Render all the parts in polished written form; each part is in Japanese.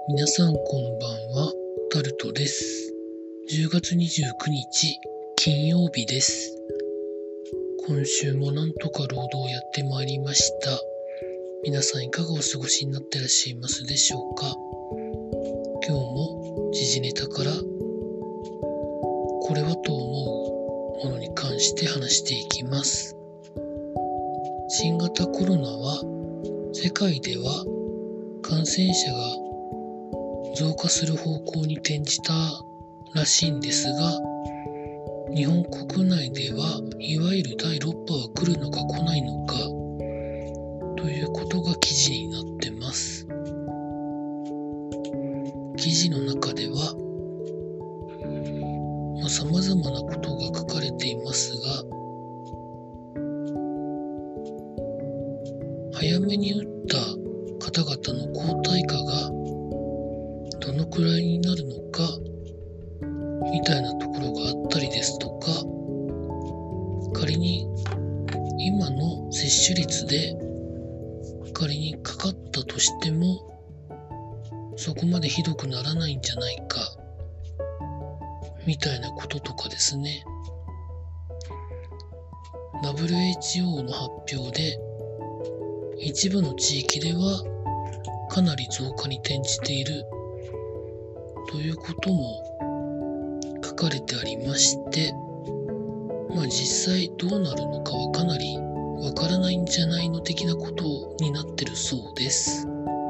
皆さんこんばんは、タルトです。10月29日金曜日です。今週もなんとか労働をやってまいりました。皆さんいかがお過ごしになってらっしゃいますでしょうか。今日も時事ネタからこれはと思うものに関して話していきます。新型コロナは世界では感染者が増加する方向に転じたらしいんですが、日本国内ではいわゆる第6波は来るのか来ないのかということが記事になってます。記事の中では様々なことが書かれていますが、早めに打った方々の抗体価がどのくらいになるのかみたいなところがあったりですとか、仮に今の接種率で仮にかかったとしてもそこまでひどくならないんじゃないかみたいなこととかですね。 WHO の発表で一部の地域ではかなり増加に転じているということも書かれてありまして、実際どうなるのかはかなりわからないんじゃないの的なことになってるそうです。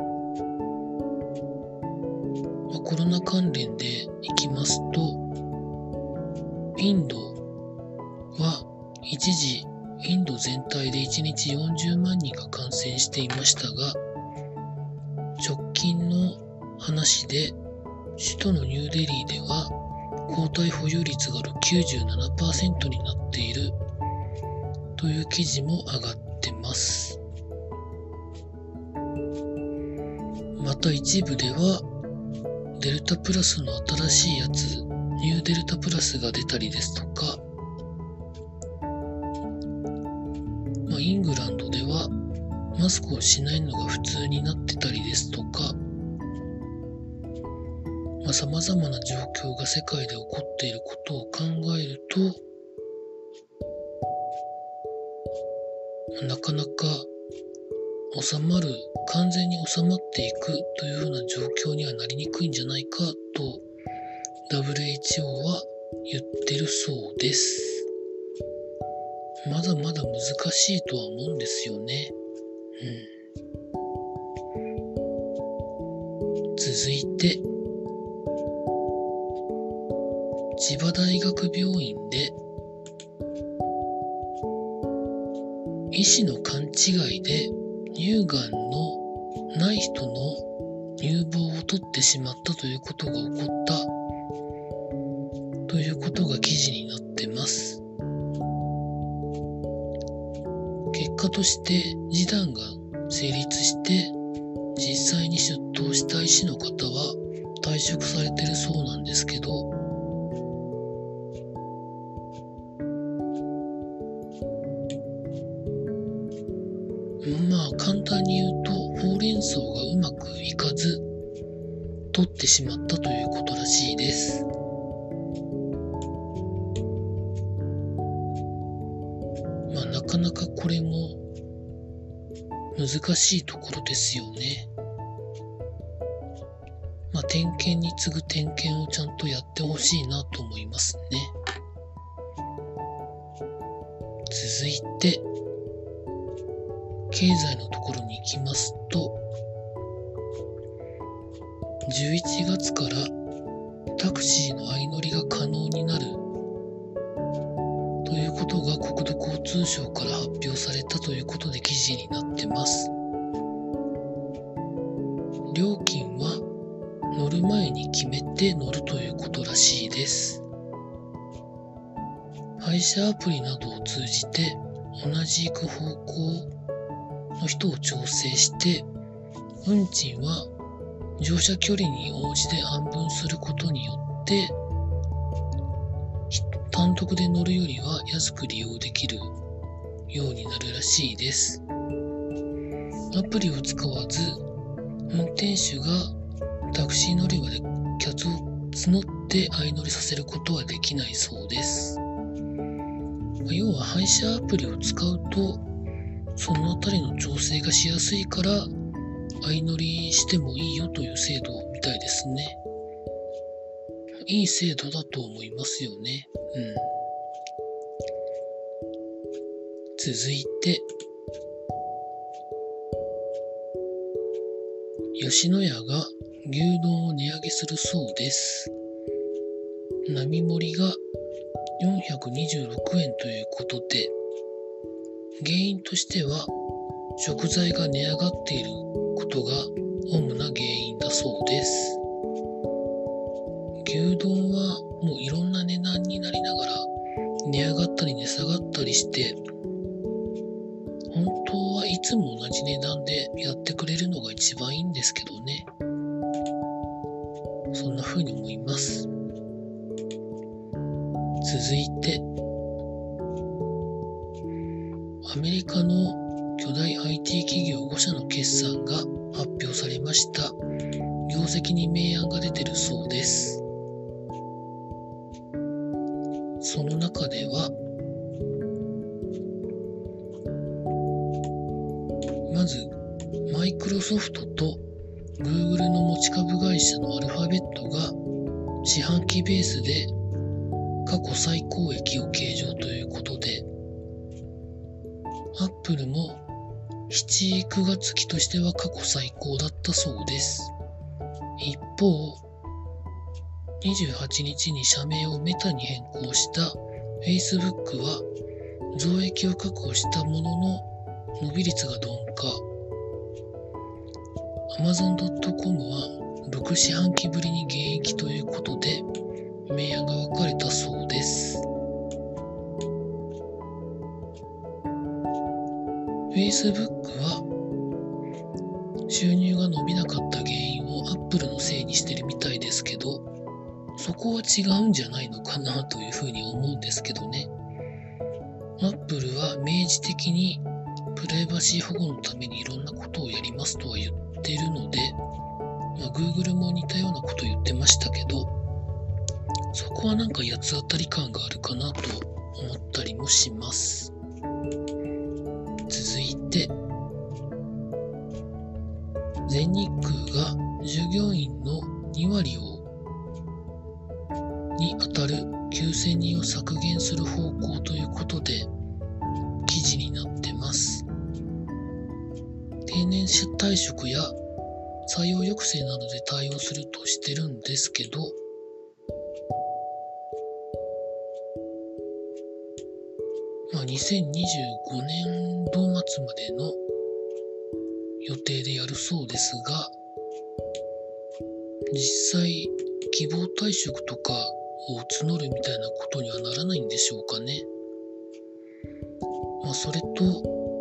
コロナ関連でいきますと、インドは一時インド全体で1日40万人が感染していましたが、直近の話で首都のニューデリーでは抗体保有率が 97% になっているという記事も上がってます。また一部ではデルタプラスの新しいやつ、ニューデルタプラスが出たりですとか、イングランドではマスクをしないのが普通になってたりですとか、様々な状況が世界で起こっていることを考えると、なかなか完全に収まっていくというような状況にはなりにくいんじゃないかと WHO は言ってるそうです。まだまだ難しいとは思うんですよね。続いて、千葉大学病院で医師の勘違いで乳がんのない人の乳房を取ってしまったということが起こったということが記事になってます。結果として示談が成立して実際に出頭した医師の方は退職されてるそうなんですけど、簡単に言うとほうれん草がうまくいかず取ってしまったということらしいです。なかなかこれも難しいところですよね。点検に次ぐ点検をちゃんとやってほしいなと思いますね。続いて経済のところに行きますと、11月からタクシーの相乗りが可能になるということが国土交通省から発表されたということで記事になってます。料金は乗る前に決めて乗るということらしいです。配車アプリなどを通じて同じ行く方向の人を調整して、運賃は乗車距離に応じて半分することによって単独で乗るよりは安く利用できるようになるらしいです。アプリを使わず運転手がタクシー乗り場で客を募って相乗りさせることはできないそうです。要は配車アプリを使うとそのあたりの調整がしやすいから相乗りしてもいいよという制度みたいですね。いい制度だと思いますよね。続いて吉野家が牛丼を値上げするそうです。並盛りが426円ということで、原因としては食材が値上がっていることが主な原因だそうです。牛丼はもういろんな値段になりながら値上がったり値下がったりして、本当はいつも同じ値段でやってくれるのが一番いいんですけどね。そんな風に思います。続いてアメリカの巨大 IT 企業5社の決算が発表されました。業績に明暗が出てるそうです。その中ではまずマイクロソフトと Google の持ち株会社のアルファベットが四半期ベースで過去最高益を計上ということで、アップルも7、9月期としては過去最高だったそうです。一方、28日に社名をメタに変更した Facebook は増益を確保したものの伸び率が鈍化。Amazon.com は6四半期ぶりに減益ということで明暗が分かれたそうです。Facebook は収入が伸びなかった原因を Apple のせいにしてるみたいですけど、そこは違うんじゃないのかなというふうに思うんですけどね。Apple は明示的にプライバシー保護のためにいろんなことをやりますとは言ってるので、Google も似たようなことを言ってましたけど、そこはなんか八つ当たり感があるかなと思ったりもします。続いて、全日空が従業員の2割に当たる9000人を削減する方向ということで記事になってます。定年退職や採用抑制などで対応するとしてるんですけど、2025年度末までの予定でやるそうですが、実際希望退職とかを募るみたいなことにはならないんでしょうかね。それと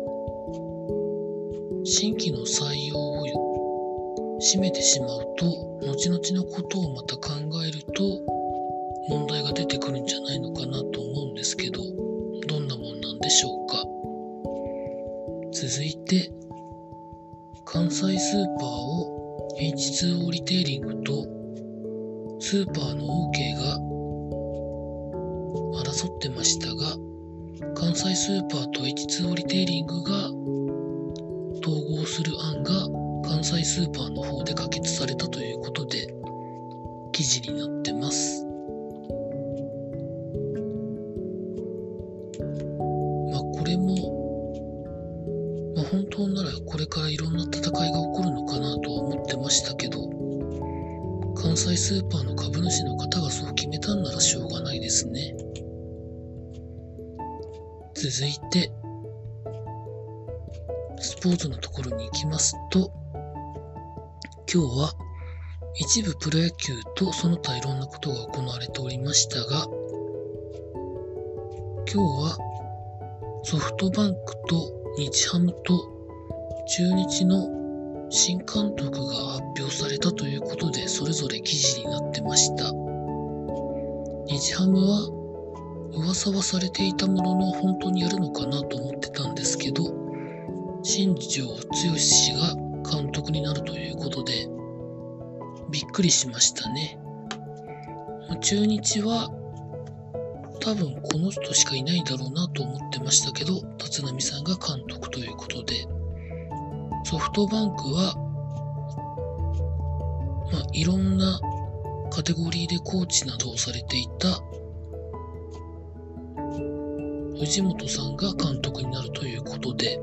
新規の採用を占めてしまうと後々のことをまた考えると問題が出てくるんじゃないのかなと思うんですけど、どんなもんなんでしょうか。続いて関西スーパーを H2O リテイリングとスーパーの OK が争ってましたが、関西スーパーと H2O リテイリングが統合する案が関西スーパーの方で可決されたということで記事になってます。これも本当ならこれからいろんな戦いが起こるのかなとは思ってましたけど、関西スーパーの株主の方がそう決めたんならしょうがないですね。続いてスポーツのところに行きますと、今日は一部プロ野球とその他いろんなことが行われておりましたが、今日はソフトバンクと日ハムと中日の新監督が発表されたということでそれぞれ記事になってました。日ハムは噂はされていたものの本当にやるのかなと思ってたんですけど、新庄剛志氏が監督になるということでびっくりしましたね。中日は多分この人しかいないだろうなと思ってましたけど、立浪さんが監督ということで、ソフトバンクはいろんなカテゴリーでコーチなどをされていた藤本さんが監督になるということで、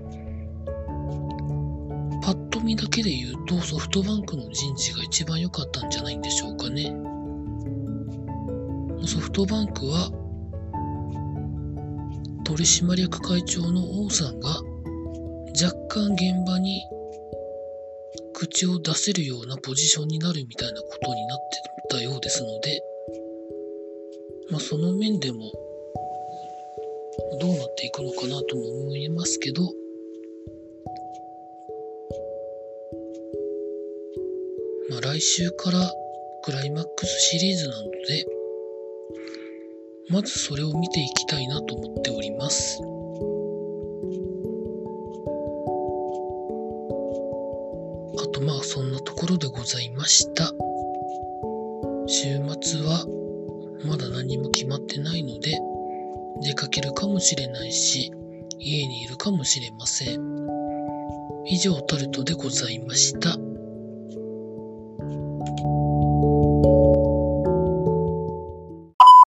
パッと見だけで言うとソフトバンクの人事が一番良かったんじゃないんでしょうかね。ソフトバンクは取締役会長の王さんが若干現場に口を出せるようなポジションになるみたいなことになってたようですので、その面でもどうなっていくのかなとも思いますけど、来週からクライマックスシリーズなので、まずそれを見ていきたいなと思っております。あとそんなところでございました。週末はまだ何も決まってないので、出かけるかもしれないし、家にいるかもしれません。以上タルトでございました。